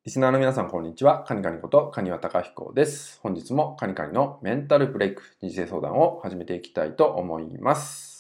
リスナーの皆さん、こんにちは。カニカニことカニワタカヒコです。本日もカニカニのメンタルブレイク、人生相談を始めていきたいと思います。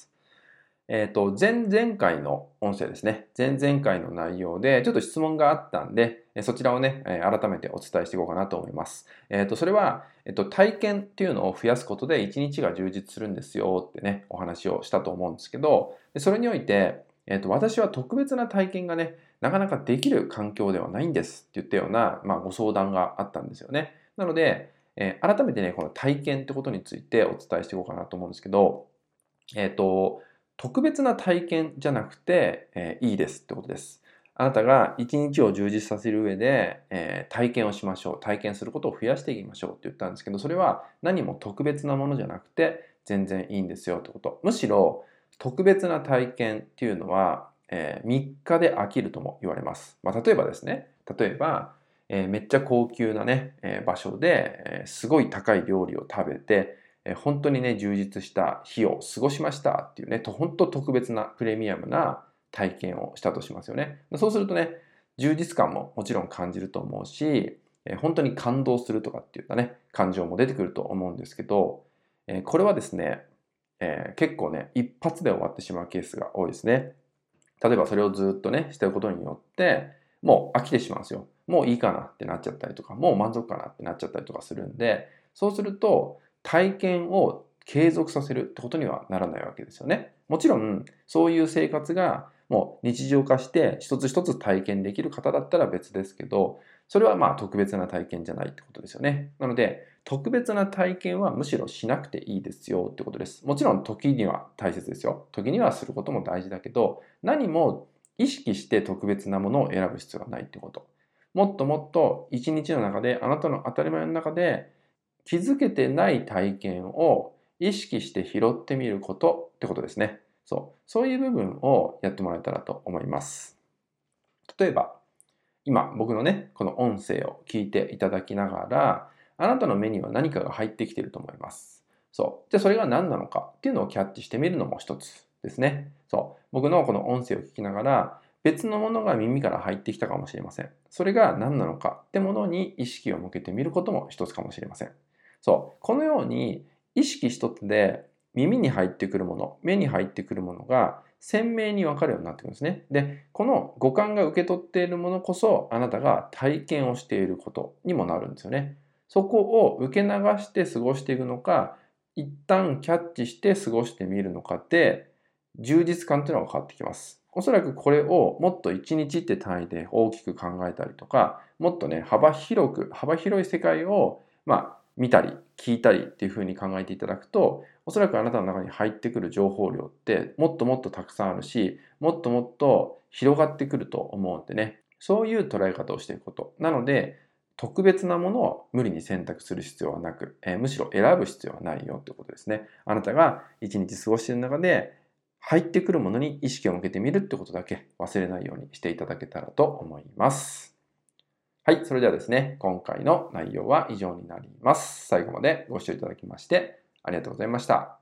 前々回の音声ですね。前々回の内容でちょっと質問があったんで、そちらをね、改めてお伝えしていこうかなと思います。それは、体験っていうのを増やすことで一日が充実するんですよってね、お話をしたと思うんですけど、それにおいて、私は特別な体験がね、なかなかできる環境ではないんですって言ったような、ご相談があったんですよね。なので、改めてね、この体験ってことについてお伝えしていこうかなと思うんですけど、特別な体験じゃなくて、いいですってことです。あなたが一日を充実させる上で、体験をしましょう。体験することを増やしていきましょうって言ったんですけど、それは何も特別なものじゃなくて全然いいんですよってこと。むしろ特別な体験っていうのは、3日で飽きるとも言われます。例えばですね、めっちゃ高級なね、場所で、すごい高い料理を食べて、本当にね、充実した日を過ごしましたっていうね、本当特別なプレミアムな体験をしたとしますよね。そうするとね、充実感ももちろん感じると思うし、本当に感動するとかっていったね、感情も出てくると思うんですけど、これはですね、結構ね、一発で終わってしまうケースが多いですね。例えばそれをずっとね、してることによって、もう飽きてしまうんですよ。もういいかなってなっちゃったりとか、もう満足かなってなっちゃったりとかするんで、そうすると体験を継続させるってことにはならないわけですよね。もちろん、そういう生活がもう日常化して一つ一つ体験できる方だったら別ですけど、それは特別な体験じゃないってことですよね。なので、特別な体験はむしろしなくていいですよってことです。もちろん時には大切ですよ。時にはすることも大事だけど、何も意識して特別なものを選ぶ必要がないってこと。もっともっと一日の中で、あなたの当たり前の中で気づけてない体験を意識して拾ってみることってことですね。そういう部分をやってもらえたらと思います。例えば、今僕のね、この音声を聞いていただきながら、あなたの目には何かが入ってきていると思います。で、それが何なのかっていうのをキャッチしてみるのも一つですね。僕のこの音声を聞きながら、別のものが耳から入ってきたかもしれません。それが何なのかってものに意識を向けてみることも一つかもしれません。このように意識一つで耳に入ってくるもの、目に入ってくるものが鮮明に分かるようになってくるんですね。で、この五感が受け取っているものこそ、あなたが体験をしていることにもなるんですよね。そこを受け流して過ごしていくのか、一旦キャッチして過ごしてみるのかで、充実感というのが変わってきます。おそらくこれをもっと一日って単位で大きく考えたりとか、もっとね、幅広い世界を、見たり聞いたりっていうふうに考えていただくと、おそらくあなたの中に入ってくる情報量ってもっともっとたくさんあるし、もっともっと広がってくると思うんでね、そういう捉え方をしていくこと。なので、特別なものを無理に選択する必要はなく、むしろ選ぶ必要はないよってことですね。あなたが一日過ごしている中で、入ってくるものに意識を向けてみるってことだけ忘れないようにしていただけたらと思います。はい、それではですね、今回の内容は以上になります。最後までご視聴いただきましてありがとうございました。